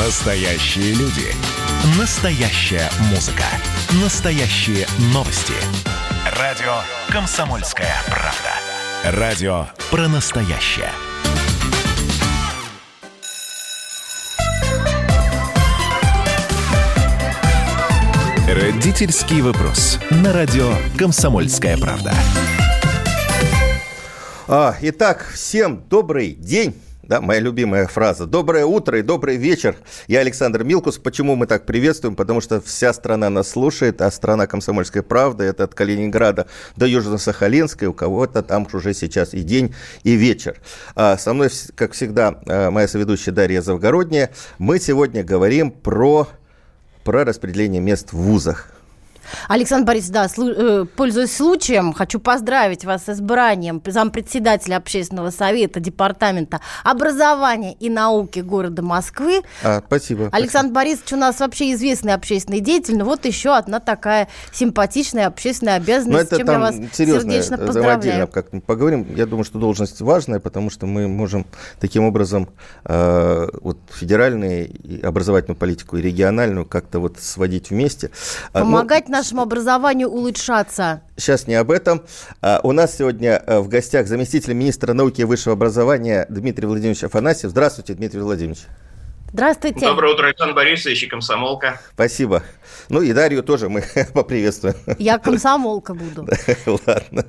Настоящие люди. Настоящая музыка. Настоящие новости. Радио «Комсомольская правда». Радио про настоящее. Родительский вопрос. На радио «Комсомольская правда». Итак, всем добрый день. Да, моя любимая фраза. Доброе утро и добрый вечер. Я Александр Милкус. Почему мы так приветствуем? Потому что вся страна нас слушает, а страна «Комсомольская правда» — это от Калининграда до Южно-Сахалинска. У кого-то там уже сейчас и день, и вечер. Со мной, как всегда, моя соведущая Дарья Завгородняя. Мы сегодня говорим про распределение мест в вузах. Александр Борисович, пользуясь случаем, хочу поздравить вас с избранием зампредседателя Общественного совета Департамента образования и науки города Москвы. Спасибо. Александр Борисович у нас вообще известный общественный деятель, но вот еще одна такая симпатичная общественная обязанность, с чем я вас сердечно поздравляю. Отдельно как-нибудь поговорим. Я думаю, что должность важная, потому что мы можем таким образом федеральную образовательную политику и региональную как-то сводить вместе. Помогать нашему образованию улучшаться. Сейчас не об этом. У нас сегодня в гостях заместитель министра науки и высшего образования Дмитрий Владимирович Афанасьев. Здравствуйте, Дмитрий Владимирович. Здравствуйте. Доброе утро, Александр Борисович и комсомолка. Спасибо. И Дарью тоже мы поприветствуем. Я комсомолка буду. Ладно.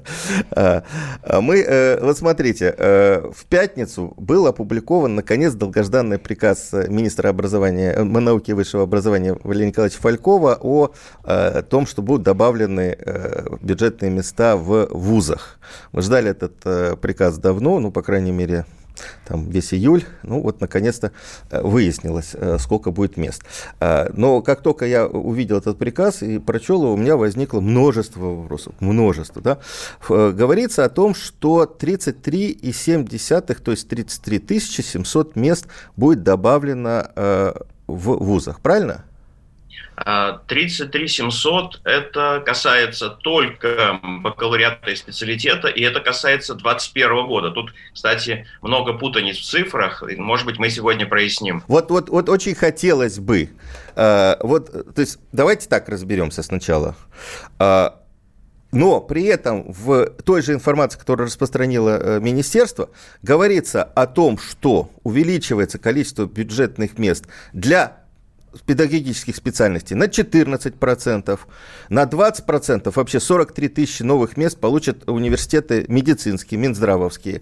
Вот смотрите, в пятницу был опубликован, наконец, долгожданный приказ министра науки и высшего образования Валерия Николаевича Фалькова о том, что будут добавлены бюджетные места в вузах. Мы ждали этот приказ давно, по крайней мере, там весь июль, наконец-то выяснилось, сколько будет мест. Но как только я увидел этот приказ и прочел его, у меня возникло множество вопросов, да? Говорится о том, что 33,7, то есть 33 700 мест будет добавлено в вузах, правильно? 33 700 это касается только бакалавриата и специалитета, и это касается 2021 года. Тут, кстати, много путаниц в цифрах, может быть, мы сегодня проясним. Вот очень хотелось бы, то есть давайте так разберемся сначала. Но при этом в той же информации, которую распространило министерство, говорится о том, что увеличивается количество бюджетных мест для педагогических специальностей на 14%, на 20%, вообще 43 тысячи новых мест получат университеты медицинские, минздравовские,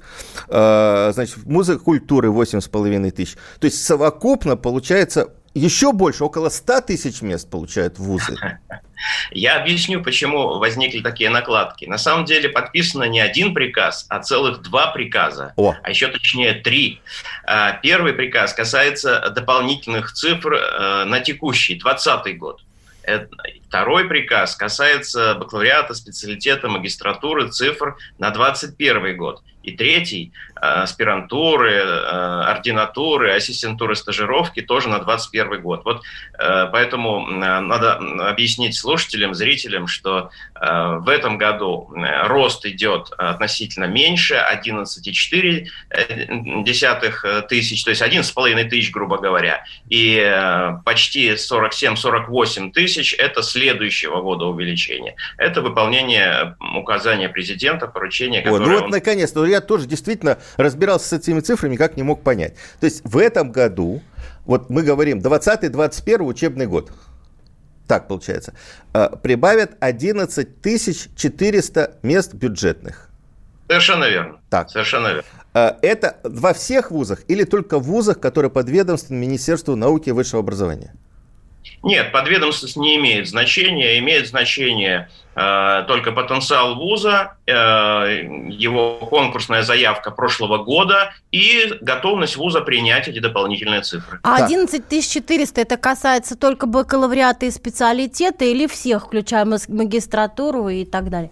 музыка, культуры 8,5 тысяч. То есть совокупно получается еще больше, около 100 тысяч мест получают вузы. Я объясню, почему возникли такие накладки. На самом деле подписано не один приказ, а целых 2 приказа, а еще точнее 3. Первый приказ касается дополнительных цифр на текущий, 2020 год. Второй приказ касается бакалавриата, специалитета, магистратуры, цифр на 2021 год. И третий – аспирантуры, ординатуры, ассистентуры, стажировки тоже на 2021 год. Поэтому надо объяснить слушателям, зрителям, что в этом году рост идет относительно меньше, 11,4 тысяч, то есть 11,5 тысяч, грубо говоря. И почти 47-48 тысяч – это следующего года увеличение. Это выполнение указания президента, поручения, которое наконец-то, я тоже действительно разбирался с этими цифрами, никак не мог понять. То есть в этом году, мы говорим, 20-21 учебный год, так получается, прибавят 11 400 мест бюджетных. Совершенно верно. Так. Совершенно верно. Это во всех вузах или только в вузах, которые подведомственны Министерству науки и высшего образования? Нет, подведомственность не имеет значения. Имеет значение только потенциал вуза, его конкурсная заявка прошлого года и готовность вуза принять эти дополнительные цифры. А 11 400 это касается только бакалавриата и специалитета или всех, включая магистратуру и так далее?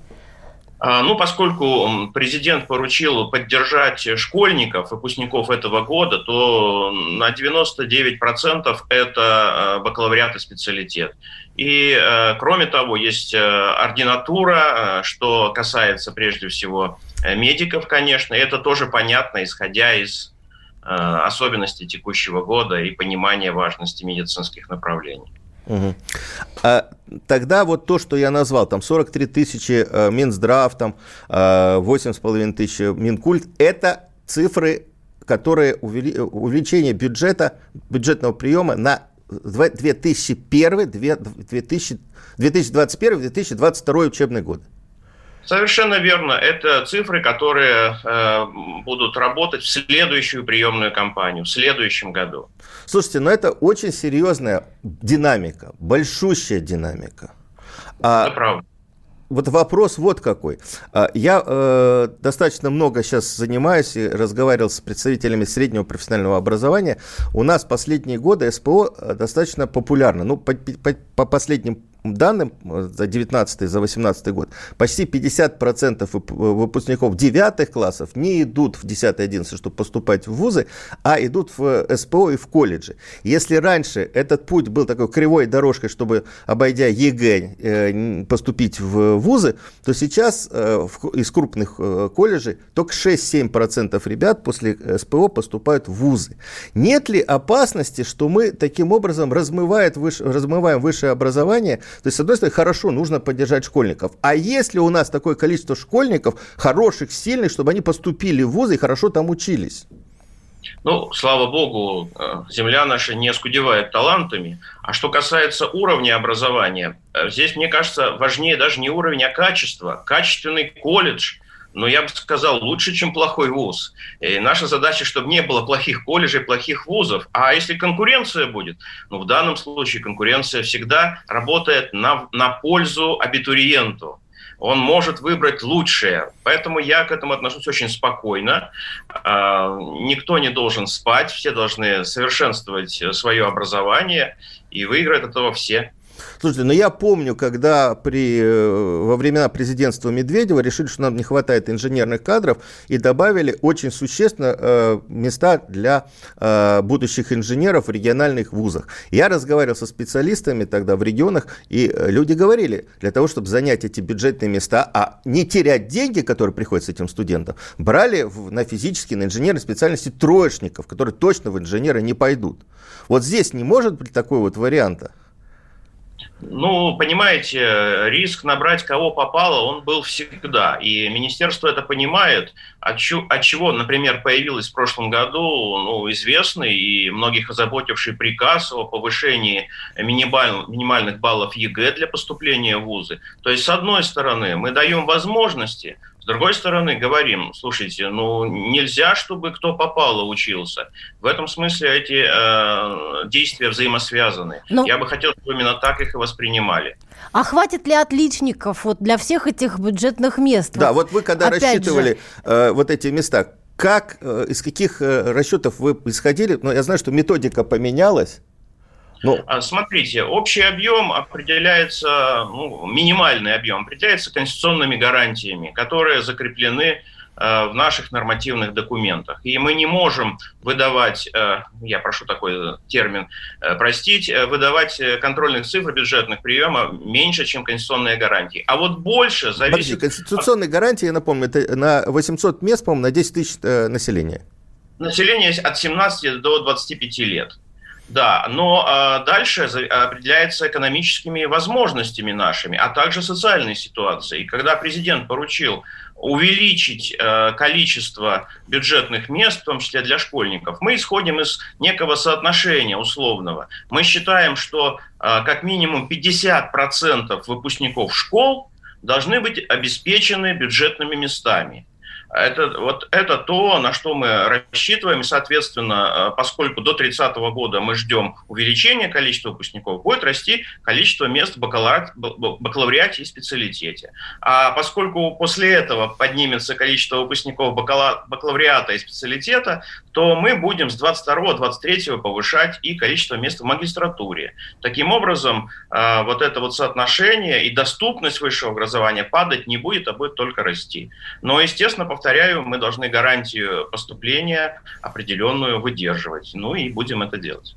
Поскольку президент поручил поддержать школьников, выпускников этого года, то на 99% это бакалавриат и специалитет. И, кроме того, есть ординатура, что касается прежде всего медиков, конечно, и это тоже понятно, исходя из особенности текущего года и понимание важности медицинских направлений. Угу. Тогда вот то, что я назвал, там 43 тысячи Минздрав, там 8,5 тысяч Минкульт, это цифры, которые увеличение бюджетного приема на 2021-2022 учебный год. Совершенно верно. Это цифры, которые будут работать в следующую приемную кампанию, в следующем году. Слушайте, но это очень серьезная динамика, большущая динамика. Это правда. Вот вопрос вот какой. Я достаточно много сейчас занимаюсь и разговаривал с представителями среднего профессионального образования. У нас последние годы СПО достаточно популярно. Ну, по последним данным за 19-й, за 18-й год, почти 50% выпускников 9 классов не идут в 10-11, чтобы поступать в вузы, а идут в СПО и в колледжи. Если раньше этот путь был такой кривой дорожкой, чтобы, обойдя ЕГЭ, поступить в вузы, то сейчас из крупных колледжей только 6-7% ребят после СПО поступают в вузы. Нет ли опасности, что мы таким образом размываем высшее образование? То есть, с одной стороны, хорошо, нужно поддержать школьников. А если у нас такое количество школьников, хороших, сильных, чтобы они поступили в вузы и хорошо там учились? Ну, слава богу, земля наша не оскудевает талантами. А что касается уровня образования, здесь, мне кажется, важнее даже не уровень, а качество. Качественный колледж, но я бы сказал, лучше, чем плохой вуз. И наша задача, чтобы не было плохих колледжей, плохих вузов. А если конкуренция будет, ну, в данном случае конкуренция всегда работает на пользу абитуриенту. Он может выбрать лучшее. Поэтому я к этому отношусь очень спокойно. Никто не должен спать, все должны совершенствовать свое образование, и выиграют от этого все. Слушайте, но я помню, когда во времена президентства Медведева решили, что нам не хватает инженерных кадров, и добавили очень существенно места для будущих инженеров в региональных вузах. Я разговаривал со специалистами тогда в регионах, и люди говорили, для того, чтобы занять эти бюджетные места, а не терять деньги, которые приходят этим студентам, брали на физические, на инженерные специальности троечников, которые точно в инженеры не пойдут. Вот здесь не может быть такой вот варианта? Ну, понимаете, риск набрать кого попало, он был всегда. И министерство это понимает, от чего, например, появился в прошлом году известный и многих озаботивший приказ о повышении минимальных баллов ЕГЭ для поступления в вузы. То есть, с одной стороны, мы даем возможности, с другой стороны, говорим, слушайте, нельзя, чтобы кто попало учился. В этом смысле эти действия взаимосвязаны. Я бы хотел, чтобы именно так их и воспринимали. А хватит ли отличников вот для всех этих бюджетных мест? Да, вот вы когда рассчитывали вот эти места, из каких расчетов вы исходили? Я знаю, что методика поменялась. Смотрите, общий объем определяется, минимальный объем определяется конституционными гарантиями, которые закреплены в наших нормативных документах. И мы не можем выдавать, я прошу такой термин простить, выдавать контрольных цифр бюджетных приема меньше, чем конституционные гарантии. А вот больше зависит... Конституционные гарантии, я напомню, это на 800 мест, по-моему, на 10 тысяч населения. Население от 17 до 25 лет. Да, но дальше определяется экономическими возможностями нашими, а также социальной ситуацией. И когда президент поручил увеличить количество бюджетных мест, в том числе для школьников, мы исходим из некого соотношения условного. Мы считаем, что как минимум 50% выпускников школ должны быть обеспечены бюджетными местами. Это то, на что мы рассчитываем, и, соответственно, поскольку до 30 года мы ждем увеличения количества выпускников, будет расти количество мест в бакалавриате и специалитете. А поскольку после этого поднимется количество выпускников бакалавриата и специалитета, то мы будем с 22-23 повышать и количество мест в магистратуре. Таким образом, вот это вот соотношение и доступность высшего образования падать не будет, а будет только расти. Но, естественно, повторяю, мы должны гарантию поступления определенную выдерживать. И будем это делать.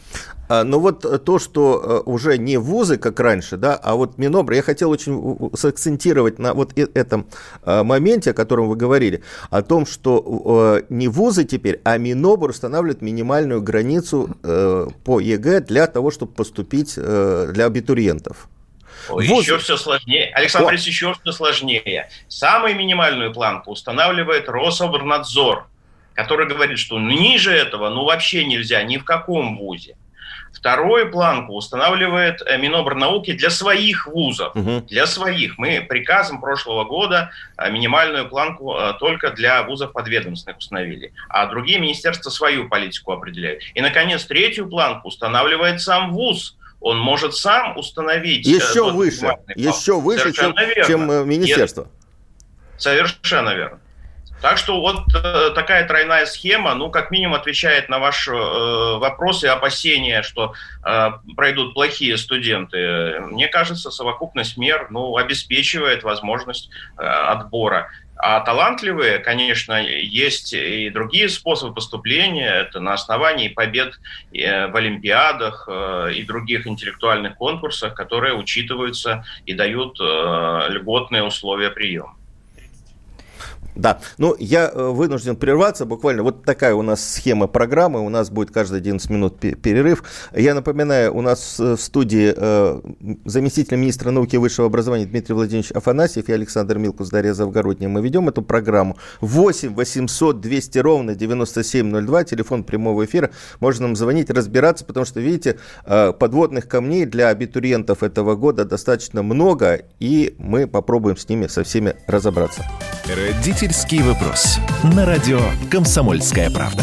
Но вот то, что уже не вузы, как раньше, да, а вот Минобр, я хотел очень сакцентировать на вот этом моменте, о котором вы говорили, о том, что не вузы теперь, а Минобр устанавливает минимальную границу по ЕГЭ для того, чтобы поступить для абитуриентов. Еще все сложнее. Александр Борисович, еще все сложнее. Самую минимальную планку устанавливает Рособорнадзор, который говорит, что ниже этого вообще нельзя ни в каком вузе. Вторую планку устанавливает Минобрнауки для своих вузов. Для своих. Мы приказом прошлого года минимальную планку только для вузов подведомственных установили. А другие министерства свою политику определяют. И, наконец, третью планку устанавливает сам вуз. Он может сам установить... Еще выше, чем министерство. Совершенно верно. Так что вот такая тройная схема, как минимум отвечает на ваши вопросы и опасения, что пройдут плохие студенты. Мне кажется, совокупность мер обеспечивает возможность отбора. А талантливые, конечно, есть и другие способы поступления. Это на основании побед в олимпиадах и других интеллектуальных конкурсах, которые учитываются и дают льготные условия приема. Да, я вынужден прерваться, буквально вот такая у нас схема программы, у нас будет каждые 11 минут перерыв. Я напоминаю, у нас в студии заместитель министра науки и высшего образования Дмитрий Владимирович Афанасьев и Александр Милкус, Дарья Завгородняя. Мы ведем эту программу. 8 800 200 ровно 9702, телефон прямого эфира, можно нам звонить, разбираться, потому что, видите, подводных камней для абитуриентов этого года достаточно много, и мы попробуем с ними со всеми разобраться. Родительский вопрос. На радио «Комсомольская правда».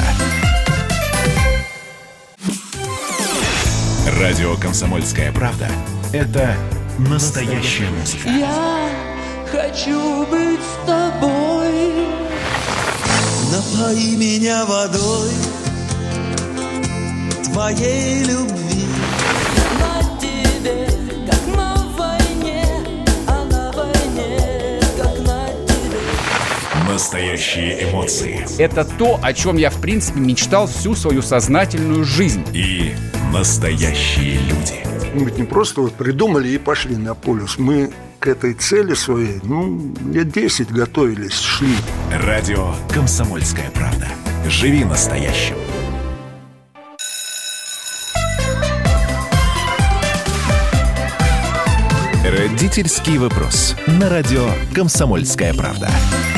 Радио «Комсомольская правда» — это настоящая музыка. Я хочу быть с тобой. Напои меня водой твоей любви. На тебе, как на войне, а на войне, как на тебе. Настоящие эмоции. Это то, о чем я, в принципе, мечтал всю свою сознательную жизнь. И настоящие люди. Мы ведь не просто придумали и пошли на полюс. Мы к этой цели своей, лет 10 готовились, шли. Радио «Комсомольская правда». Живи настоящим. Родительский вопрос. На радио «Комсомольская правда».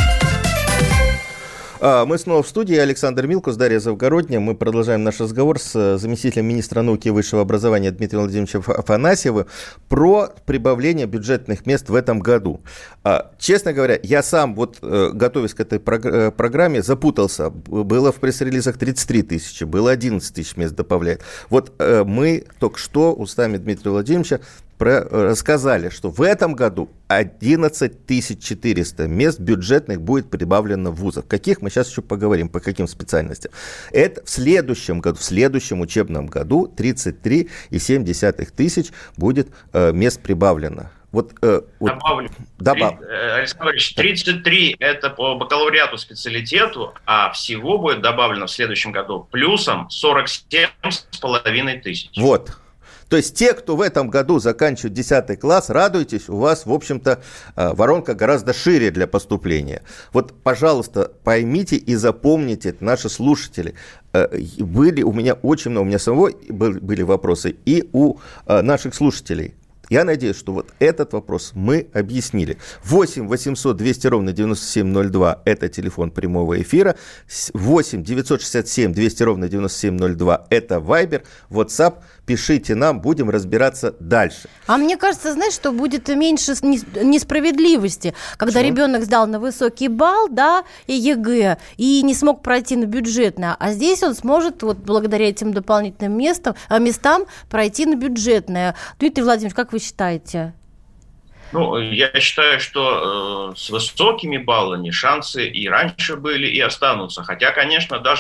Мы снова в студии. Александр Милкус, Дарья Завгородняя. Мы продолжаем наш разговор с заместителем министра науки и высшего образования Дмитрием Владимировичем Афанасьевым про прибавление бюджетных мест в этом году. Честно говоря, я сам, готовясь к этой программе, запутался. Было в пресс-релизах 33 тысячи, было 11 тысяч мест добавляет. Мы только что устами Дмитрия Владимировича рассказали, что в этом году 11 400 мест бюджетных будет прибавлено в вузах. Каких мы сейчас еще поговорим, по каким специальностям. Это в следующем году, в следующем учебном году 33,7 тысяч будет мест прибавлено. Добавлю. Александр Борисович, 33 это по бакалавриату специалитету, а всего будет добавлено в следующем году плюсом 47,5 тысяч. То есть те, кто в этом году заканчивает 10 класс, радуйтесь, у вас, в общем-то, воронка гораздо шире для поступления. Пожалуйста, поймите и запомните, наши слушатели. Были у меня очень много, у меня самого были вопросы, и у наших слушателей. Я надеюсь, что этот вопрос мы объяснили. 8 800 200 ровно 9702 – это телефон прямого эфира. 8 967 200 ровно 9702 – это Вайбер, WhatsApp. Пишите нам, будем разбираться дальше. А мне кажется, знаешь, что будет меньше несправедливости, когда ребенок сдал на высокий балл, и ЕГЭ, и не смог пройти на бюджетное. А здесь он сможет, благодаря этим дополнительным местам пройти на бюджетное. Дмитрий Владимирович, как вы считаете? Я считаю, что с высокими баллами шансы и раньше были, и останутся. Хотя, конечно, даже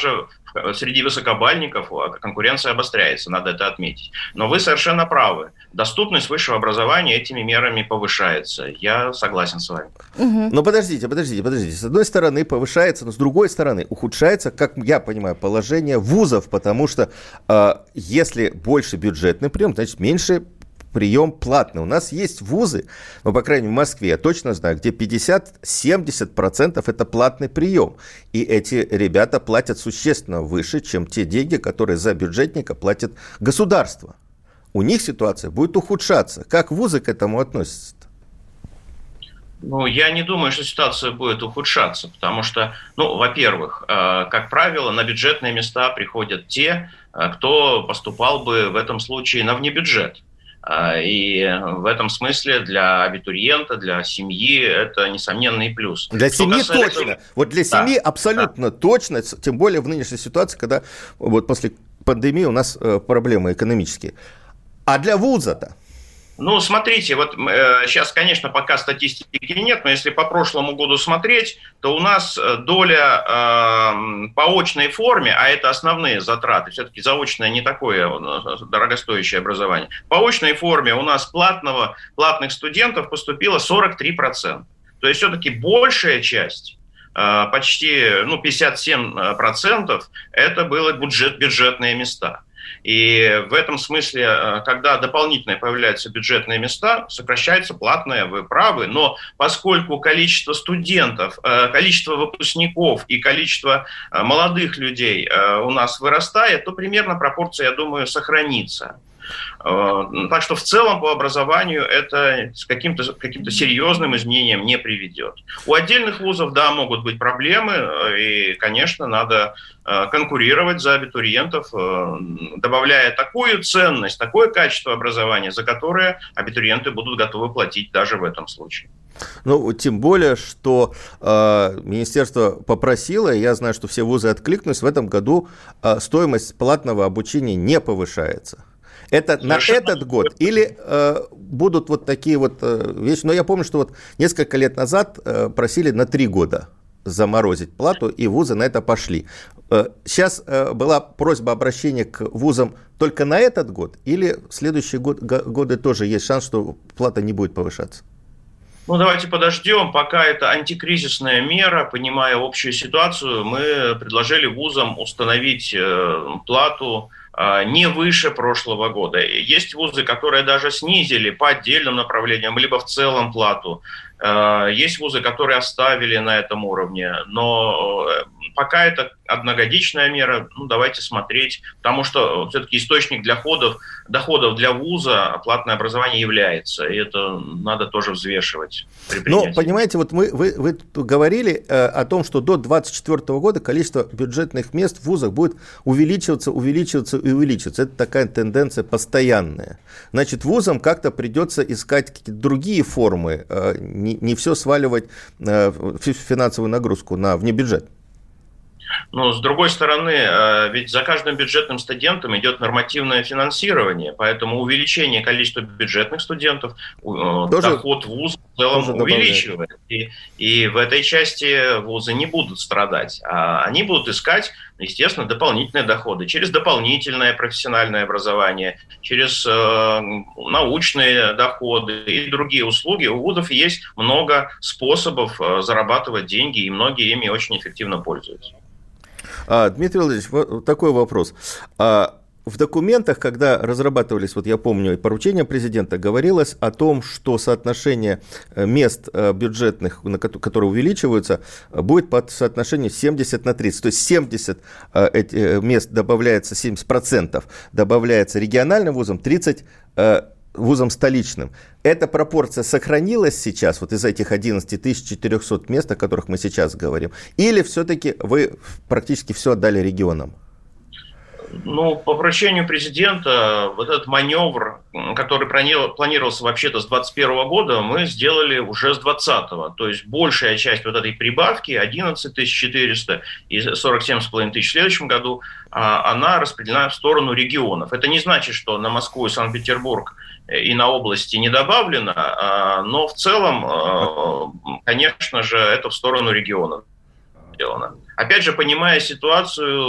среди высокобальников конкуренция обостряется, надо это отметить. Но вы совершенно правы. Доступность высшего образования этими мерами повышается. Я согласен с вами. Но подождите. С одной стороны повышается, но с другой стороны ухудшается, как я понимаю, положение вузов, потому что если больше бюджетный прием, значит меньше прием платный. У нас есть вузы, ну, по крайней мере, в Москве, я точно знаю, где 50-70% это платный прием. И эти ребята платят существенно выше, чем те деньги, которые за бюджетника платит государство. У них ситуация будет ухудшаться. Как вузы к этому относятся-то? Ну, я не думаю, что ситуация будет ухудшаться, потому что, во-первых, как правило, на бюджетные места приходят те, кто поступал бы в этом случае на внебюджет. И в этом смысле для абитуриента, для семьи это несомненный плюс. Для семьи точно. Вот для семьи абсолютно точно, тем более в нынешней ситуации, когда вот после пандемии у нас проблемы экономические. А для вуза-то? Ну, смотрите, вот сейчас, конечно, пока статистики нет, но если по прошлому году смотреть, то у нас доля по очной форме, а это основные затраты, все-таки заочное не такое дорогостоящее образование, по очной форме у нас платных студентов поступило 43%. То есть все-таки большая часть, почти 57%, это было бюджетные места. И в этом смысле, когда дополнительно появляются бюджетные места, сокращается платное, вы правы, но поскольку количество студентов, количество выпускников и количество молодых людей у нас вырастает, то примерно пропорция, я думаю, сохранится. Так что в целом по образованию это с каким-то серьезным изменением не приведет. У отдельных вузов, да, могут быть проблемы, и, конечно, надо конкурировать за абитуриентов, добавляя такую ценность, такое качество образования, за которое абитуриенты будут готовы платить даже в этом случае. Ну, тем более, что министерство попросило, я знаю, что все вузы откликнулись, в этом году стоимость платного обучения не повышается. Это совершенно на этот год или будут вот такие вот вещи? Но я помню, что вот несколько лет назад просили на 3 года заморозить плату, и вузы на это пошли. Сейчас была просьба обращения к вузам только на этот год, или в следующие годы тоже есть шанс, что плата не будет повышаться? Ну, давайте подождем, пока это антикризисная мера, понимая общую ситуацию, мы предложили вузам установить плату не выше прошлого года. Есть вузы, которые даже снизили по отдельным направлениям, либо в целом плату. Есть вузы, которые оставили на этом уровне, но пока это одногодичная мера, давайте смотреть, потому что все-таки источник доходов для вуза платное образование является, и это надо тоже взвешивать. Но, понимаете, вот вы говорили о том, что до 2024 года количество бюджетных мест в вузах будет увеличиваться. Это такая тенденция постоянная. Значит, вузам как-то придется искать какие-то другие формы, не все сваливать финансовую нагрузку на внебюджет. Но, с другой стороны, ведь за каждым бюджетным студентом идет нормативное финансирование, поэтому увеличение количества бюджетных студентов, доход вуза в целом увеличивает. И в этой части вузы не будут страдать, а они будут искать, естественно, дополнительные доходы через дополнительное профессиональное образование, через научные доходы и другие услуги. У вузов есть много способов зарабатывать деньги, и многие ими очень эффективно пользуются. Дмитрий Владимирович, вот такой вопрос. В документах, когда разрабатывались, вот я помню, поручения президента, говорилось о том, что соотношение мест бюджетных, которые увеличиваются, будет по соотношению 70/30. То есть 70 мест добавляется, 70% добавляется региональным вузам, 30% вузам столичным. Эта пропорция сохранилась сейчас, вот из этих 11 400 мест, о которых мы сейчас говорим, или все-таки вы практически все отдали регионам? Ну, по поручению президента вот этот маневр, который планировался вообще-то с 2021 года, мы сделали уже с 2020. То есть большая часть вот этой прибавки, 11 400 и 47,5 тысяч в следующем году, она распределена в сторону регионов. Это не значит, что на Москву и Санкт-Петербург и на области не добавлено, но в целом, конечно же, это в сторону регионов сделано. Опять же, понимая ситуацию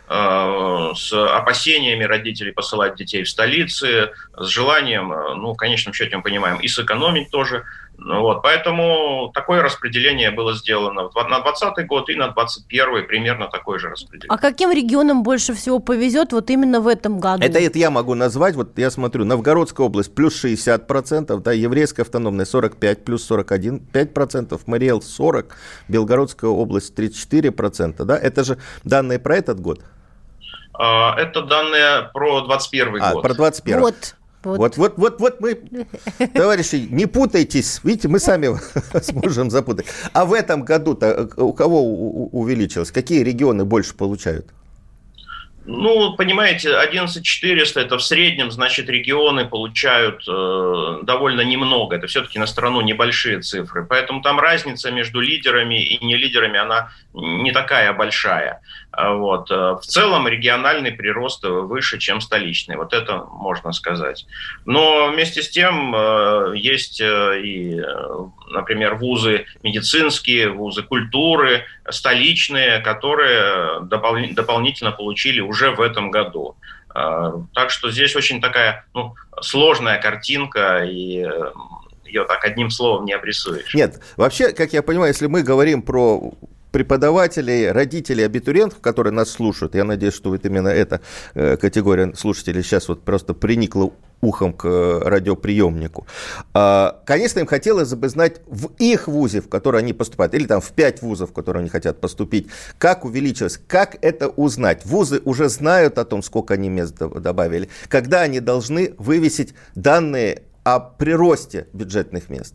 с опасениями родителей посылать детей в столицы, с желанием, в конечном счете мы понимаем, и сэкономить тоже. Вот, поэтому такое распределение было сделано на 2020 год и на 2021 примерно такое же распределение. А каким регионам больше всего повезет вот именно в этом году? Это я могу назвать. Вот я смотрю, Новгородская область плюс 60%, да, Еврейская автономная 45%, плюс 41%, 5%, Мариэл 40%, Белгородская область 34%. Да? Это же данные про этот год? Это данные про 2021 год. Про 2021. Вот мы, товарищи, не путайтесь. Видите, мы сами сможем запутать. А в этом году-то у кого увеличилось? Какие регионы больше получают? Понимаете, 11 400 это в среднем, значит, регионы получают довольно немного. Это все-таки на страну небольшие цифры. Поэтому там разница между лидерами и не лидерами, она не такая большая. Вот. В целом региональный прирост выше, чем столичный. Вот это можно сказать. Но вместе с тем есть и, например, вузы медицинские, вузы культуры, столичные, которые дополнительно получили уже в этом году. Так что здесь очень такая сложная картинка, и ее так одним словом не обрисуешь. Нет, вообще, как я понимаю, если мы говорим про преподавателей, родителей, абитуриентов, которые нас слушают, я надеюсь, что вот именно эта категория слушателей сейчас вот просто приникла ухом к радиоприемнику. Конечно, им хотелось бы знать в их вузе, в который они поступают, или там в 5 вузов, в которые они хотят поступить, как увеличилось, как это узнать. Вузы уже знают о том, сколько они мест добавили, когда они должны вывесить данные о приросте бюджетных мест.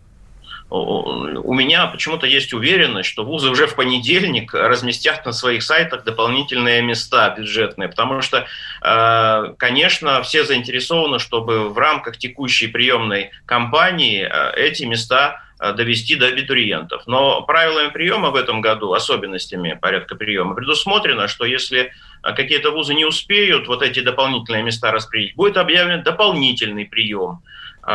У меня почему-то есть уверенность, что вузы уже в понедельник разместят на своих сайтах дополнительные места бюджетные, потому что, конечно, все заинтересованы, чтобы в рамках текущей приемной кампании эти места довести до абитуриентов. Но правилами приема в этом году, особенностями порядка приема, предусмотрено, что если какие-то вузы не успеют вот эти дополнительные места распределить, будет объявлен дополнительный прием.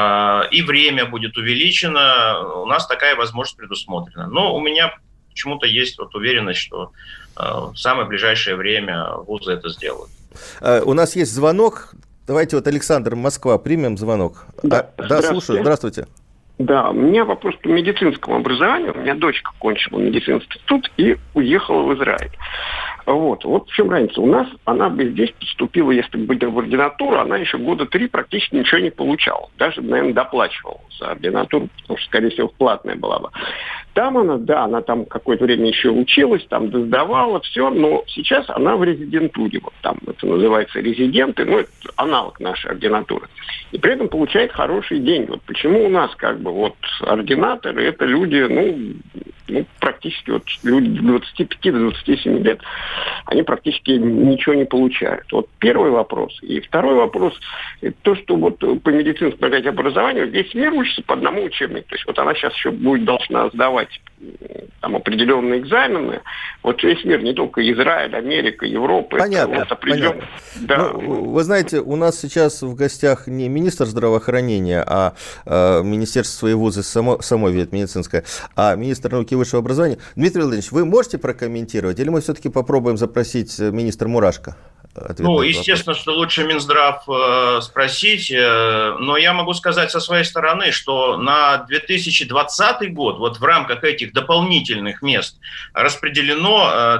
И время будет увеличено, у нас такая возможность предусмотрена. Но у меня почему-то есть вот уверенность, что в самое ближайшее время вузы это сделают. У нас есть звонок. Давайте вот Александр, Москва, примем звонок. Да, слушаю. Здравствуйте. Да, у меня вопрос по медицинскому образованию. У меня дочка кончила медицинский институт и уехала в Израиль. Вот в чем разница. У нас она бы здесь поступила, если бы была в ординатуру, она еще 3 года практически ничего не получала. Даже, наверное, доплачивала за ординатуру, потому что, скорее всего, платная была бы. Там она там какое-то время еще училась, там сдавала, все, но сейчас она в резидентуре. Вот там это называется резиденты, это аналог нашей ординатуры. И при этом получает хорошие деньги. Вот почему у нас ординаторы это люди, практически люди 25 до 27 лет, они практически ничего не получают. Вот первый вопрос. И второй вопрос, то, что по медицинскому образованию весь мир учится по одному учебнику. То есть она сейчас еще должна сдавать там определенные экзамены. Вот весь мир, не только Израиль, Америка, Европа. Понятно. Понятно. Да. Вы знаете, у нас сейчас в гостях не министр здравоохранения, а Министерство своей вузы самой ветмедицинское, а министр науки и высшего образования. Дмитрий Владимирович, вы можете прокомментировать, или мы все-таки попробуем запросить министра Мурашко? Естественно, что лучше Минздрав спросить, но я могу сказать со своей стороны, что на 2020 год в рамках этих дополнительных мест распределено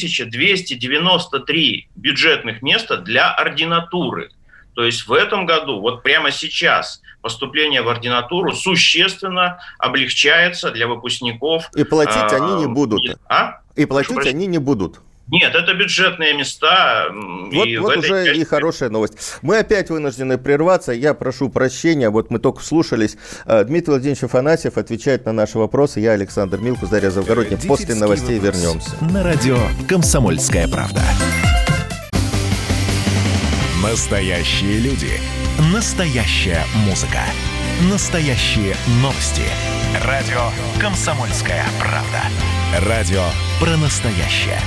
1293 бюджетных места для ординатуры. То есть в этом году, прямо сейчас, поступление в ординатуру существенно облегчается для выпускников. И платить они не будут. Они не будут. Нет, это бюджетные места. Вот уже и хорошая новость. Мы опять вынуждены прерваться. Я прошу прощения, мы только вслушались. Дмитрий Владимирович Афанасьев отвечает на наши вопросы. Я Александр Милкус, Дарья Завгородняя. После новостей вернемся. На радио «Комсомольская правда». Настоящие люди. Настоящая музыка. Настоящие новости. Радио «Комсомольская правда». Радио про настоящее.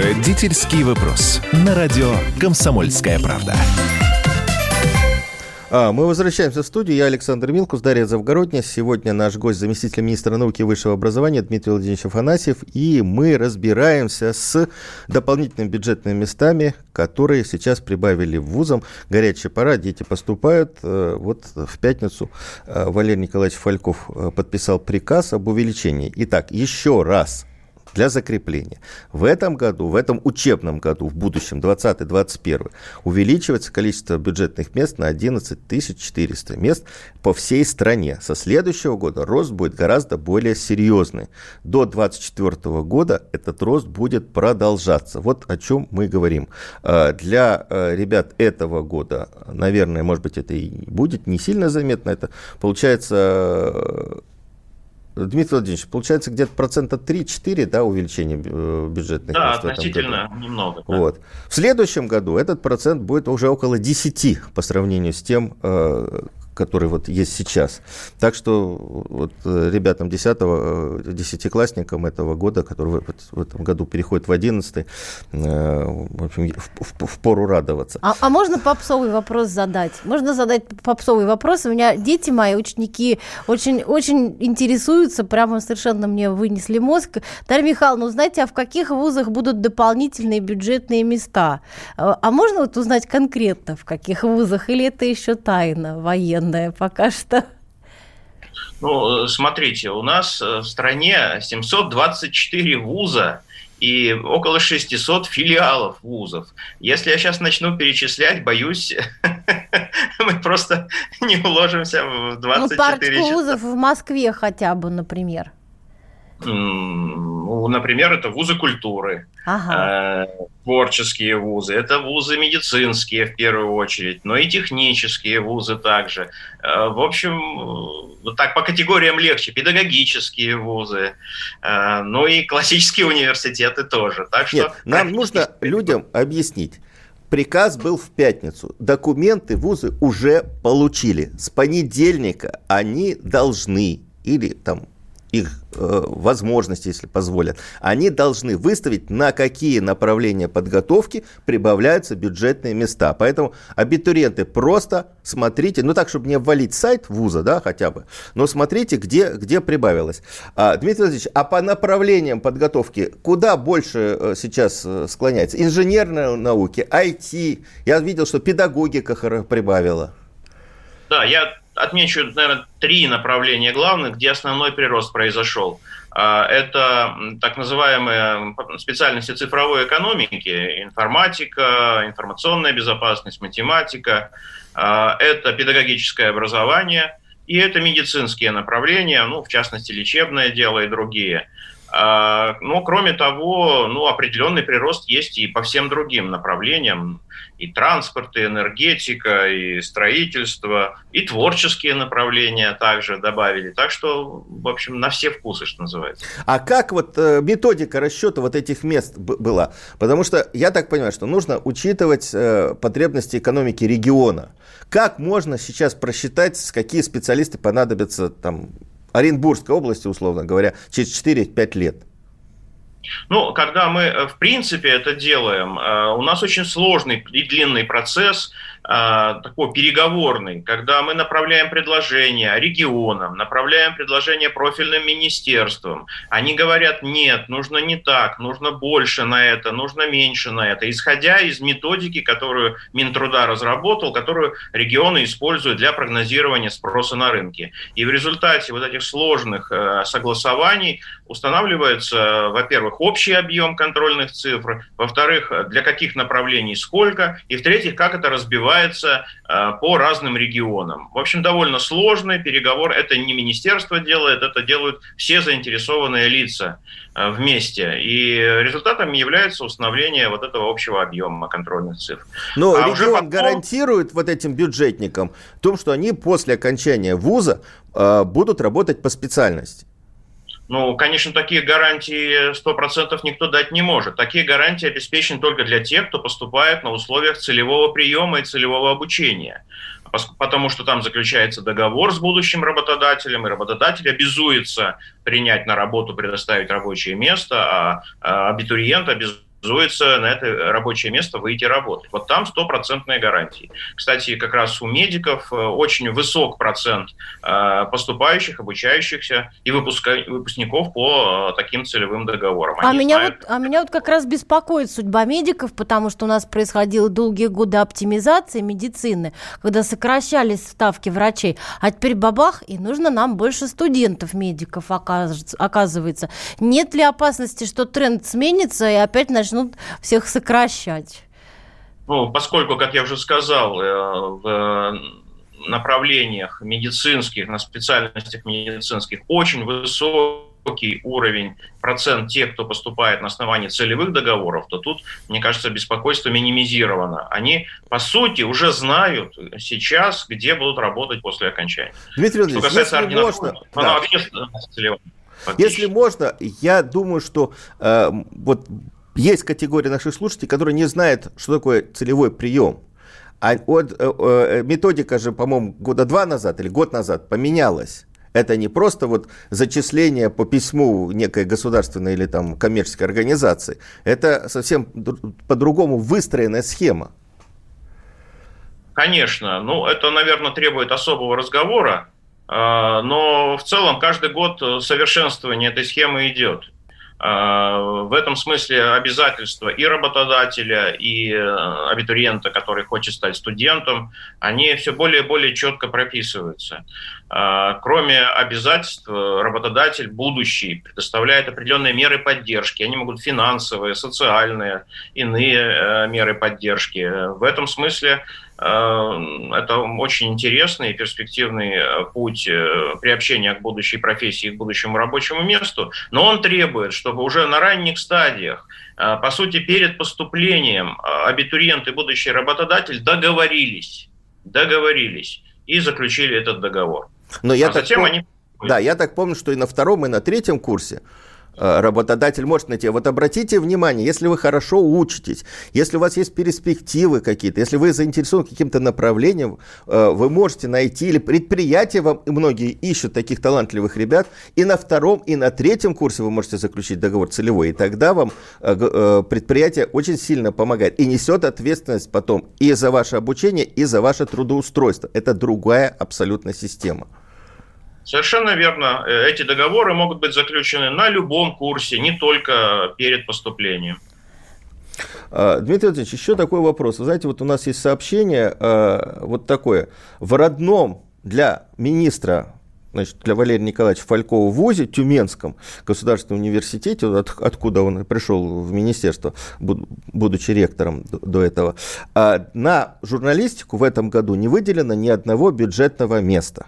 Родительский вопрос. На радио «Комсомольская правда». Мы возвращаемся в студию. Я Александр Милкус, Дарья Завгородня. Сегодня наш гость, заместитель министра науки и высшего образования Дмитрий Владимирович Афанасьев. И мы разбираемся с дополнительными бюджетными местами, которые сейчас прибавили вузам. Горячая пора, дети поступают. Вот в пятницу Валерий Николаевич Фальков подписал приказ об увеличении. Итак, еще раз. Для закрепления. В этом году, в этом учебном году, в будущем, 2020-2021, увеличивается количество бюджетных мест на 11 400 мест по всей стране. Со следующего года рост будет гораздо более серьезный. До 2024 года этот рост будет продолжаться. Вот о чем мы говорим. Для ребят этого года, наверное, может быть, это и будет не сильно заметно. Это получается... Дмитрий Владимирович, получается где-то 3-4%, да, увеличение бюджетных мест? Да, относительно немного. Да. Вот. В следующем году этот процент будет уже около 10% по сравнению с тем, который вот есть сейчас. Так что вот ребятам 10-классникам этого года, которые в этом году переходят в 11-й, в общем, впору радоваться. А можно попсовый вопрос задать? Можно задать попсовый вопрос? У меня дети мои, ученики, очень интересуются, прямо совершенно мне вынесли мозг. Дарья Михайловна, знаете, а в каких вузах будут дополнительные бюджетные места? А можно вот узнать конкретно, в каких вузах? Или это еще тайна военная пока что? Ну, смотрите, у нас в стране 724 вуза и около 600 филиалов вузов. Если я сейчас начну перечислять, боюсь, мы просто не уложимся в 24 парочку вузов в Москве хотя бы, например. Ну, например, это вузы культуры, творческие вузы, это вузы медицинские в первую очередь, но и технические вузы также. В общем, вот так по категориям легче, педагогические вузы, ну и классические университеты тоже. Так что нет, нам нужно людям объяснить. Приказ был в пятницу. Документы вузы уже получили. С понедельника они должны, или там их возможности, если позволят, они должны выставить, на какие направления подготовки прибавляются бюджетные места. Поэтому абитуриенты, просто смотрите, ну так, чтобы не обвалить сайт вуза, да, хотя бы, но смотрите, где прибавилось. Дмитрий Владимирович, а по направлениям подготовки куда больше сейчас склоняется? Инженерные науки, IT, я видел, что педагогика прибавила. Да, я отмечу, наверное, 3 направления главных, где основной прирост произошел. Это так называемые специальности цифровой экономики, информатика, информационная безопасность, математика, это педагогическое образование и это медицинские направления, ну, в частности, лечебное дело и другие. Но, кроме того, ну, определенный прирост есть и по всем другим направлениям. И транспорт, и энергетика, и строительство, и творческие направления также добавили. Так что, в общем, на все вкусы, что называется. А как вот методика расчета вот этих мест была? Потому что я так понимаю, что нужно учитывать потребности экономики региона. Как можно сейчас просчитать, какие специалисты понадобятся там Оренбургской области, условно говоря, через 4-5 лет? Ну, когда мы, в принципе, это делаем, у нас очень сложный и длинный процесс, такой переговорный, когда мы направляем предложения регионам, направляем предложения профильным министерствам. Они говорят, нет, нужно не так, нужно больше на это, нужно меньше на это, исходя из методики, которую Минтруда разработал, которую регионы используют для прогнозирования спроса на рынке. И в результате вот этих сложных согласований устанавливается, во-первых, общий объем контрольных цифр, во-вторых, для каких направлений сколько, и в-третьих, как это разбивается по разным регионам. В общем, довольно сложный переговор. Это не министерство делает, это делают все заинтересованные лица вместе. И результатом является установление вот этого общего объема контрольных цифр. Но регион гарантирует вот этим бюджетникам в том, что они после окончания вуза будут работать по специальности. Ну, конечно, такие гарантии 100% никто дать не может. Такие гарантии обеспечены только для тех, кто поступает на условиях целевого приема и целевого обучения. Потому что там заключается договор с будущим работодателем, и работодатель обязуется принять на работу, предоставить рабочее место, а абитуриент обязуется обязуется на это рабочее место выйти работать. Вот там 100% гарантии. Кстати, как раз у медиков очень высок процент поступающих, обучающихся и выпускников по таким целевым договорам. А меня вот как раз беспокоит судьба медиков, потому что у нас происходило долгие годы оптимизации медицины, когда сокращались ставки врачей, а теперь бабах, и нужно нам больше студентов-медиков, оказывается. Нет ли опасности, что тренд сменится и опять начнут всех сокращать? Ну, поскольку, как я уже сказал, в направлениях медицинских, на специальностях медицинских очень высокий уровень, процент тех, кто поступает на основании целевых договоров, то тут, мне кажется, беспокойство минимизировано. Они, по сути, уже знают сейчас, где будут работать после окончания. Дмитрий Владимирович, если можно, я думаю, что вот есть категория наших слушателей, которые не знают, что такое целевой прием. А методика же, по-моему, года 2 назад или год назад поменялась. Это не просто вот зачисление по письму некой государственной или там коммерческой организации. Это совсем по-другому выстроенная схема. Конечно. Ну, это, наверное, требует особого разговора. Но в целом каждый год совершенствование этой схемы идет. В этом смысле обязательства и работодателя, и абитуриента, который хочет стать студентом, они все более и более четко прописываются. Кроме обязательств, работодатель будущий предоставляет определенные меры поддержки. Они могут финансовые, социальные, иные меры поддержки. В этом смысле это очень интересный и перспективный путь приобщения к будущей профессии, к будущему рабочему месту, но он требует, чтобы уже на ранних стадиях, по сути, перед поступлением абитуриент и будущий работодатель договорились и заключили этот договор. Но я так помню, что и на 2-м, и на 3-м курсе работодатель может найти. Вот обратите внимание, если вы хорошо учитесь, если у вас есть перспективы какие-то, если вы заинтересованы каким-то направлением, вы можете найти, или предприятия вам, и многие ищут таких талантливых ребят, и на 2-м, и на 3-м курсе вы можете заключить договор целевой, и тогда вам предприятие очень сильно помогает и несет ответственность потом и за ваше обучение, и за ваше трудоустройство. Это другая абсолютно система. Совершенно верно. Эти договоры могут быть заключены на любом курсе, не только перед поступлением. Дмитрий Владимирович, еще такой вопрос. Вы знаете, вот у нас есть сообщение вот такое. В родном для министра, значит, для Валерия Николаевича Фалькова вузе, Тюменском государственном университете, откуда он пришел в министерство, будучи ректором до этого, на журналистику в этом году не выделено ни одного бюджетного места.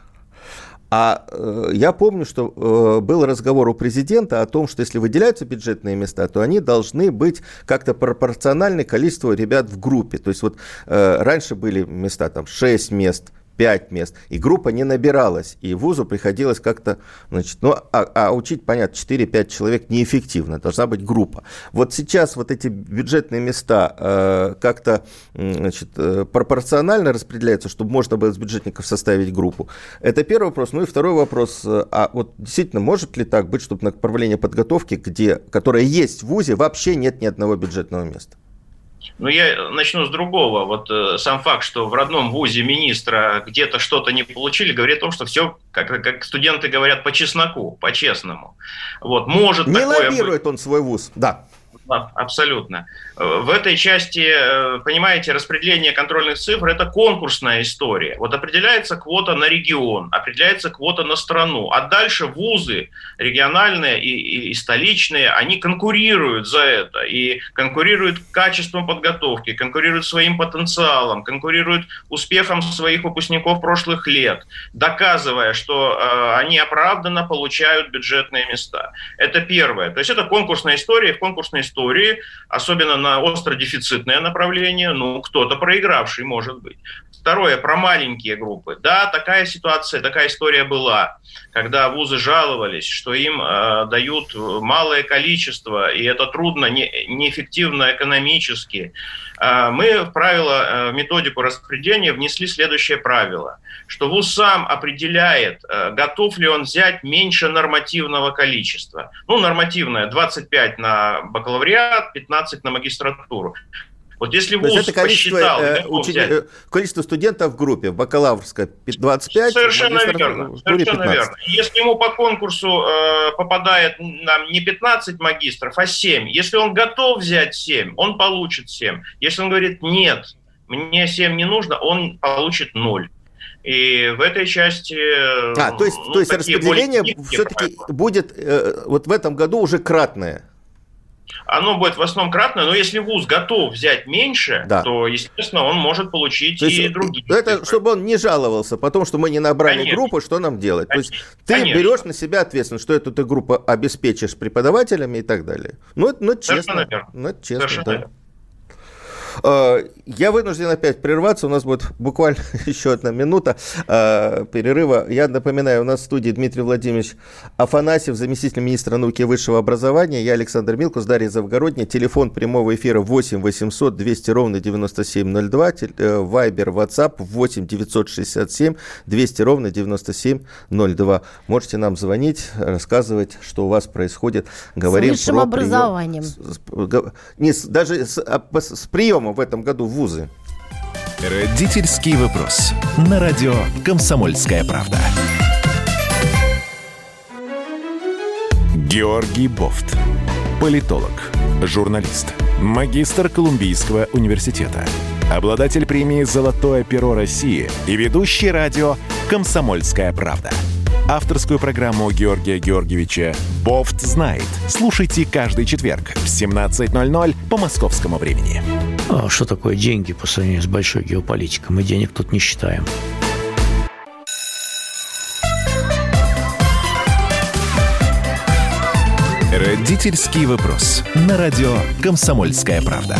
А я помню, что был разговор у президента о том, что если выделяются бюджетные места, то они должны быть как-то пропорциональны количеству ребят в группе. То есть вот раньше были места, там 6 мест, 5 мест, и группа не набиралась, и вузу приходилось как-то, значит, учить, понятно, 4-5 человек неэффективно, должна быть группа. Вот сейчас вот эти бюджетные места как-то, значит, пропорционально распределяются, чтобы можно было из бюджетников составить группу. Это первый вопрос. Ну и второй вопрос, а вот действительно может ли так быть, чтобы на направление подготовки, которое есть в вузе, вообще нет ни одного бюджетного места? Ну, я начну с другого. Вот сам факт, что в родном вузе министра где-то что-то не получили, говорит о том, что все, как студенты говорят, по чесноку, по-честному. Вот, может не такое лоббирует он свой вуз, да. Абсолютно. В этой части, понимаете, распределение контрольных цифр – это конкурсная история. Вот определяется квота на регион, определяется квота на страну, а дальше вузы региональные и столичные, они конкурируют за это, и конкурируют качеством подготовки, конкурируют своим потенциалом, конкурируют успехом своих выпускников прошлых лет, доказывая, что они оправданно получают бюджетные места. Это первое. То есть это конкурсная история, в конкурсной истории, особенно на остродефицитное направление, кто-то проигравший может быть. Второе, про маленькие группы. Да, такая ситуация, такая история была, когда вузы жаловались, что им дают малое количество, и это трудно, неэффективно экономически. Мы в методику распределения внесли следующее правило, что вуз сам определяет, готов ли он взять меньше нормативного количества. Нормативное 25 на бакалавриат, бакалавриат, 15 на магистратуру. Вот если вуз это посчитал... количество студентов в группе, в бакалаврской 25... Совершенно верно. Совершенно верно. Если ему по конкурсу попадает не 15 магистров, а 7, если он готов взять 7, он получит 7. Если он говорит, нет, мне 7 не нужно, он получит 0. И в этой части... то есть распределение все-таки будет вот в этом году уже кратное. Оно будет в основном кратное, но если вуз готов взять меньше, то, естественно, он может получить и другие. Это чтобы он не жаловался, потому что мы не набрали группу, что нам делать? То есть ты берешь на себя ответственность, что эту ты группу обеспечишь преподавателями и так далее. Ну, это честно. Совершенно верно. Я вынужден опять прерваться, у нас будет буквально еще 1 минута перерыва. Я напоминаю, у нас в студии Дмитрий Владимирович Афанасьев, заместитель министра науки и высшего образования, я Александр Милкус, Дарья Завгородняя. Телефон прямого эфира 8 800 200 ровно 9702, Вайбер, WhatsApp 8 967 200 ровно 9702. Можете нам звонить, рассказывать, что у вас происходит. Говорим с высшим образованием. Даже с приемом в этом году в вузы. Родительский вопрос. На радио «Комсомольская правда». Георгий Бофт. Политолог, журналист, магистр Колумбийского университета, обладатель премии «Золотое перо России» и ведущий радио «Комсомольская правда». Авторскую программу Георгия Георгиевича «Бофт знает». Слушайте каждый четверг в 17:00 по московскому времени. Что такое деньги по сравнению с большой геополитикой? Мы денег тут не считаем. Родительский вопрос. На радио «Комсомольская правда».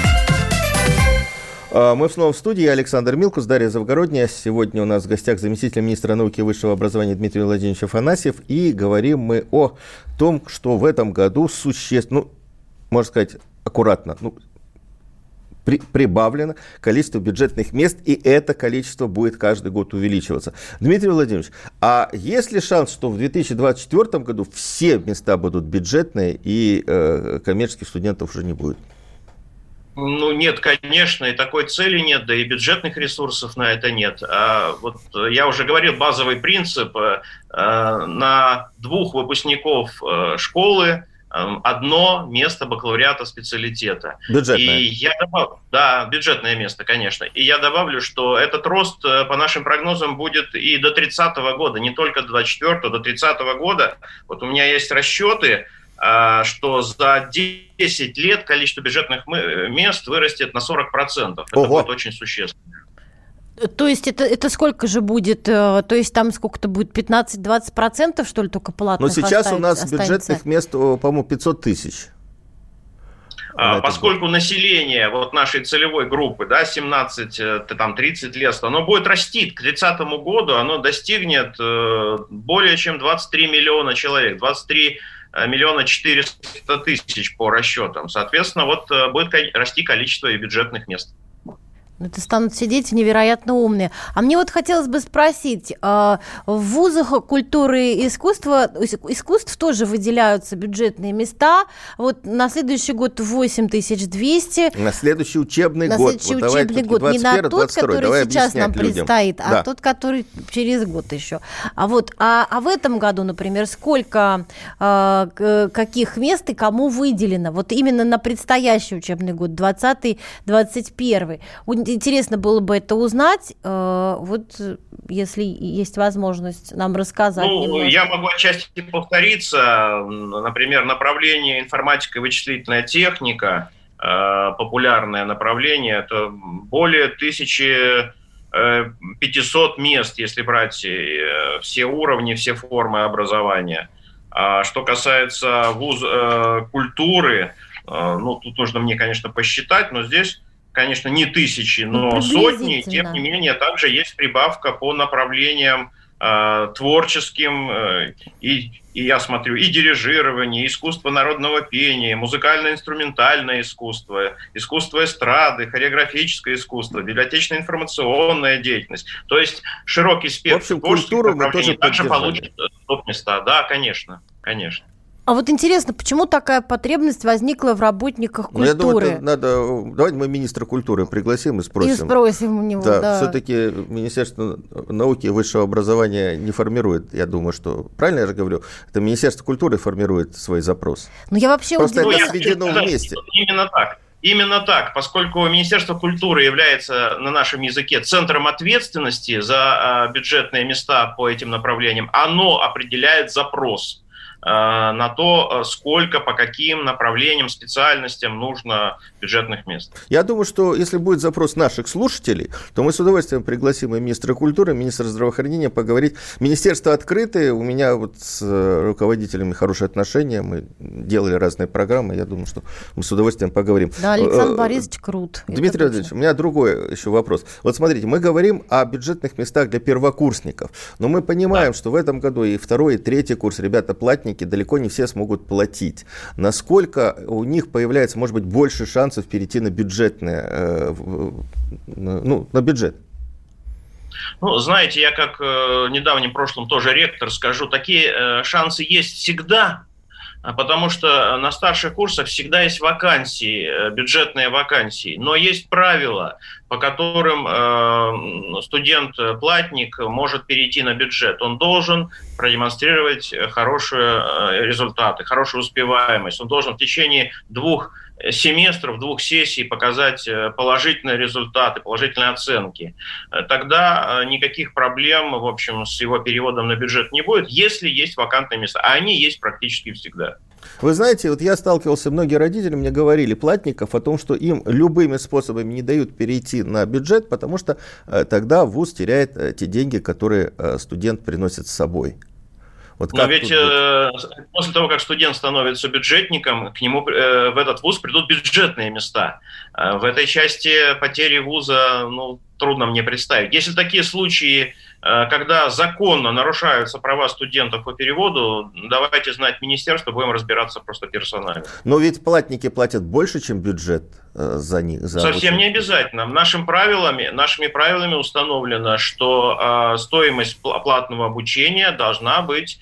Мы снова в студии. Александр Милкус, Дарья Завгородняя. Сегодня у нас в гостях заместитель министра науки и высшего образования Дмитрий Владимирович Афанасьев. И говорим мы о том, что в этом году существенно, можно сказать, аккуратно, прибавлено количество бюджетных мест, и это количество будет каждый год увеличиваться. Дмитрий Владимирович, а есть ли шанс, что в 2024 году все места будут бюджетные, и коммерческих студентов уже не будет? Нет, конечно, и такой цели нет, да и бюджетных ресурсов на это нет. Вот я уже говорил, базовый принцип: на 2 выпускников школы 1 место бакалавриата специалитета. Бюджетное? Да, бюджетное место, конечно. И я добавлю, что этот рост, по нашим прогнозам, будет и до 30 года, не только до 24-го, до 30 года. Вот у меня есть расчеты, что за 10 лет количество бюджетных мест вырастет на 40%. Это будет очень существенно. То есть это сколько же будет? То есть там сколько-то будет? 15-20%, что ли, только платных останется? Но сейчас у нас бюджетных мест, по-моему, 500 тысяч. Поскольку население вот нашей целевой группы, 17-30 лет, оно будет расти к 30 году, оно достигнет более чем 23 миллиона человек, 23 миллиона 400 тысяч по расчетам. Соответственно, вот будет расти количество и бюджетных мест. Это станут все дети невероятно умные. А мне вот хотелось бы спросить, в вузах культуры и искусств тоже выделяются бюджетные места. Вот на следующий год 8200. На следующий учебный год. На следующий учебный год. Не на тот, который сейчас нам предстоит, а тот, который через год еще. А в этом году, например, сколько, каких мест и кому выделено? Вот именно на предстоящий учебный год, 20-21. Интересно было бы это узнать, вот если есть возможность нам рассказать. Я могу отчасти повториться. Например, направление информатика и вычислительная техника, популярное направление, это более 1500 мест, если брать все уровни, все формы образования. Что касается культуры, тут нужно мне, конечно, посчитать, но здесь, конечно, не тысячи, но сотни. Тем не менее, также есть прибавка по направлениям творческим, и я смотрю, и дирижирование, и искусство народного пения, музыкально-инструментальное искусство, искусство эстрады, хореографическое искусство, библиотечно-информационная деятельность. То есть широкий спектр творческих направлений также получит топ-места. Да, конечно. А вот интересно, почему такая потребность возникла в работниках культуры? Я думаю, давайте мы министра культуры пригласим и спросим. И спросим у него, да. Все-таки Министерство науки и высшего образования не формирует, я думаю, что, правильно я же говорю, это Министерство культуры формирует свой запрос. Ну, я вообще просто это сведено вместе. Именно так. Именно так, поскольку Министерство культуры является на нашем языке центром ответственности за бюджетные места по этим направлениям, оно определяет запрос на то, сколько, по каким направлениям, специальностям нужно бюджетных мест. Я думаю, что если будет запрос наших слушателей, то мы с удовольствием пригласим и министра культуры, и министра здравоохранения поговорить. Министерство открытое, у меня вот с руководителями хорошие отношения, мы делали разные программы, я думаю, что мы с удовольствием поговорим. Да, Александр Борисович крут. Дмитрий Владимирович, у меня другой еще вопрос. Вот смотрите, мы говорим о бюджетных местах для первокурсников, но мы понимаем, что в этом году и второй, и третий курс ребята-платники далеко не все смогут платить. Насколько у них появляется, может быть, больше шансов перейти на бюджетное, на бюджет? Ну, знаете, я как в недавнем прошлом тоже ректор скажу, такие шансы есть всегда, потому что на старших курсах всегда есть вакансии, бюджетные вакансии, но есть правила, по которым студент-платник может перейти на бюджет. Он должен продемонстрировать хорошие результаты, хорошую успеваемость. Он должен в течение 2 семестров, 2 сессий показать положительные результаты, положительные оценки. Тогда никаких проблем, в общем, с его переводом на бюджет не будет, если есть вакантные места. А они есть практически всегда. Вы знаете, вот я сталкивался, многие родители мне говорили, платников, о том, что им любыми способами не дают перейти на бюджет, потому что тогда вуз теряет те деньги, которые студент приносит с собой. Вот но ведь после того, как студент становится бюджетником, к нему в этот вуз придут бюджетные места. В этой части потери вуза трудно мне представить. Если такие случаи, когда законно нарушаются права студентов по переводу, давайте знать министерство, будем разбираться просто персонально. Но ведь платники платят больше, чем бюджет за них. Совсем не обязательно. Нашими правилами установлено, что стоимость платного обучения должна быть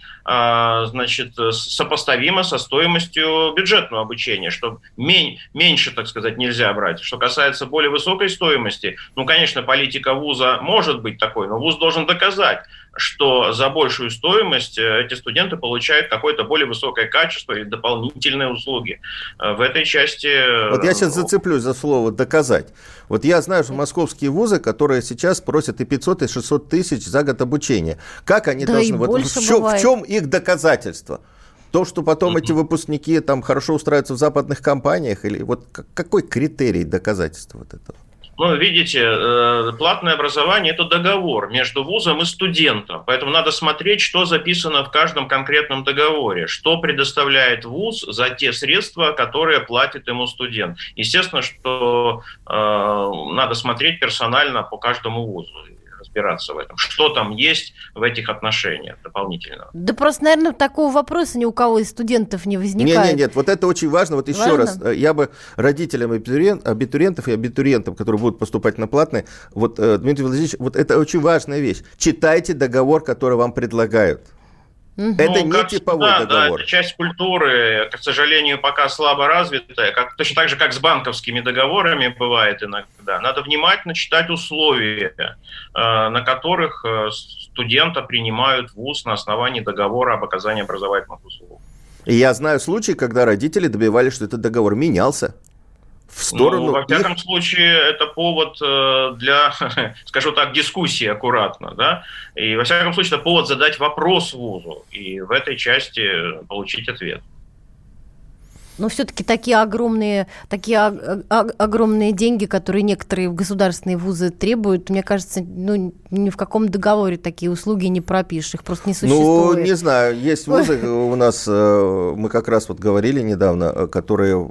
сопоставима со стоимостью бюджетного обучения, чтобы меньше, так сказать, нельзя брать. Что касается более высокой стоимости, конечно, политика вуза может быть такой, но вуз должен доказать, что за большую стоимость эти студенты получают какое-то более высокое качество или дополнительные услуги. В этой части... Вот я сейчас зацеплюсь за слово «доказать». Вот я знаю, что московские вузы, которые сейчас просят и 500, и 600 тысяч за год обучения. Как они должны... в чем их доказательство? То, что потом эти выпускники там хорошо устраиваются в западных компаниях? Или вот какой критерий доказательства вот этого? Видите, платное образование – это договор между вузом и студентом. Поэтому надо смотреть, что записано в каждом конкретном договоре, что предоставляет вуз за те средства, которые платит ему студент. Естественно, что надо смотреть персонально по каждому вузу, разбираться в этом, что там есть в этих отношениях дополнительно. Да просто, наверное, такого вопроса ни у кого из студентов не возникает. Нет, вот это очень важно. Вот еще раз, я бы родителям абитуриентов и абитуриентам, которые будут поступать на платные, Дмитрий Владимирович, вот это очень важная вещь. Читайте договор, который вам предлагают. Это не типовой договор. Да, это часть культуры, к сожалению, пока слабо развитая, точно так же, как с банковскими договорами бывает иногда. Надо внимательно читать условия, на которых студента принимают в вуз на основании договора об оказании образовательных услуг. И я знаю случаи, когда родители добивались, что этот договор менялся. В сторону во всяком случае, это повод для, скажу так, дискуссии аккуратно, да, и во всяком случае, это повод задать вопрос вузу и в этой части получить ответ. Но все-таки такие огромные деньги, которые некоторые государственные вузы требуют, мне кажется, ни в каком договоре такие услуги не пропишешь, их просто не существует. Не знаю, есть вузы у нас, мы как раз говорили недавно, которые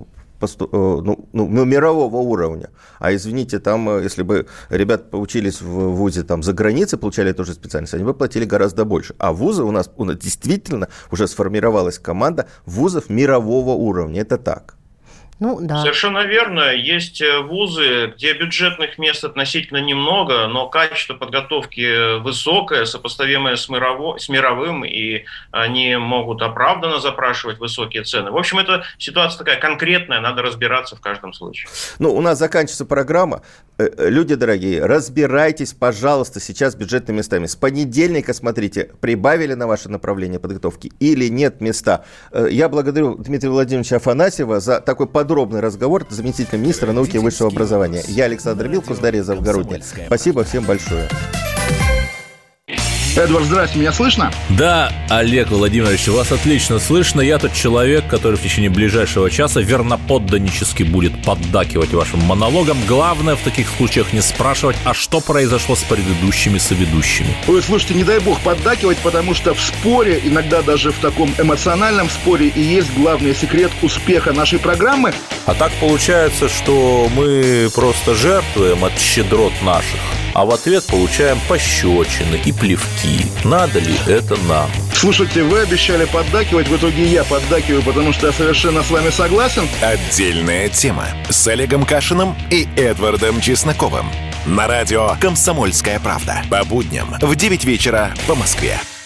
мирового уровня. А извините, там, если бы ребята поучились в вузе за границей, получали ту же специальность, они бы платили гораздо больше. А вузы у нас действительно уже сформировалась команда вузов мирового уровня. Это так. Ну, да. Совершенно верно. Есть вузы, где бюджетных мест относительно немного, но качество подготовки высокое, сопоставимое с мировым, и они могут оправданно запрашивать высокие цены. В общем, это ситуация такая конкретная, надо разбираться в каждом случае. Ну, у нас заканчивается программа. Люди дорогие, разбирайтесь, пожалуйста, сейчас с бюджетными местами. С понедельника смотрите, прибавили на ваше направление подготовки или нет места. Я благодарю Дмитрия Владимировича Афанасьева за такой подробный разговор, заместитель министра науки и высшего образования. Я Александр Вилкус, Дарья Завгородняя. Спасибо всем большое. Эдвард, здрасте, меня слышно? Да, Олег Владимирович, вас отлично слышно. Я тот человек, который в течение ближайшего часа верноподданнически будет поддакивать вашим монологам. Главное в таких случаях не спрашивать, а что произошло с предыдущими соведущими. Ой, слушайте, не дай бог поддакивать, потому что в споре, иногда даже в таком эмоциональном споре, и есть главный секрет успеха нашей программы. А так получается, что мы просто жертвуем от щедрот наших, а в ответ получаем пощечины и плевки. Надо ли это нам? Слушайте, вы обещали поддакивать, в итоге я поддакиваю, потому что я совершенно с вами согласен. Отдельная тема с Олегом Кашиным и Эдвардом Чесноковым. На радио «Комсомольская правда». По будням в 9 вечера по Москве.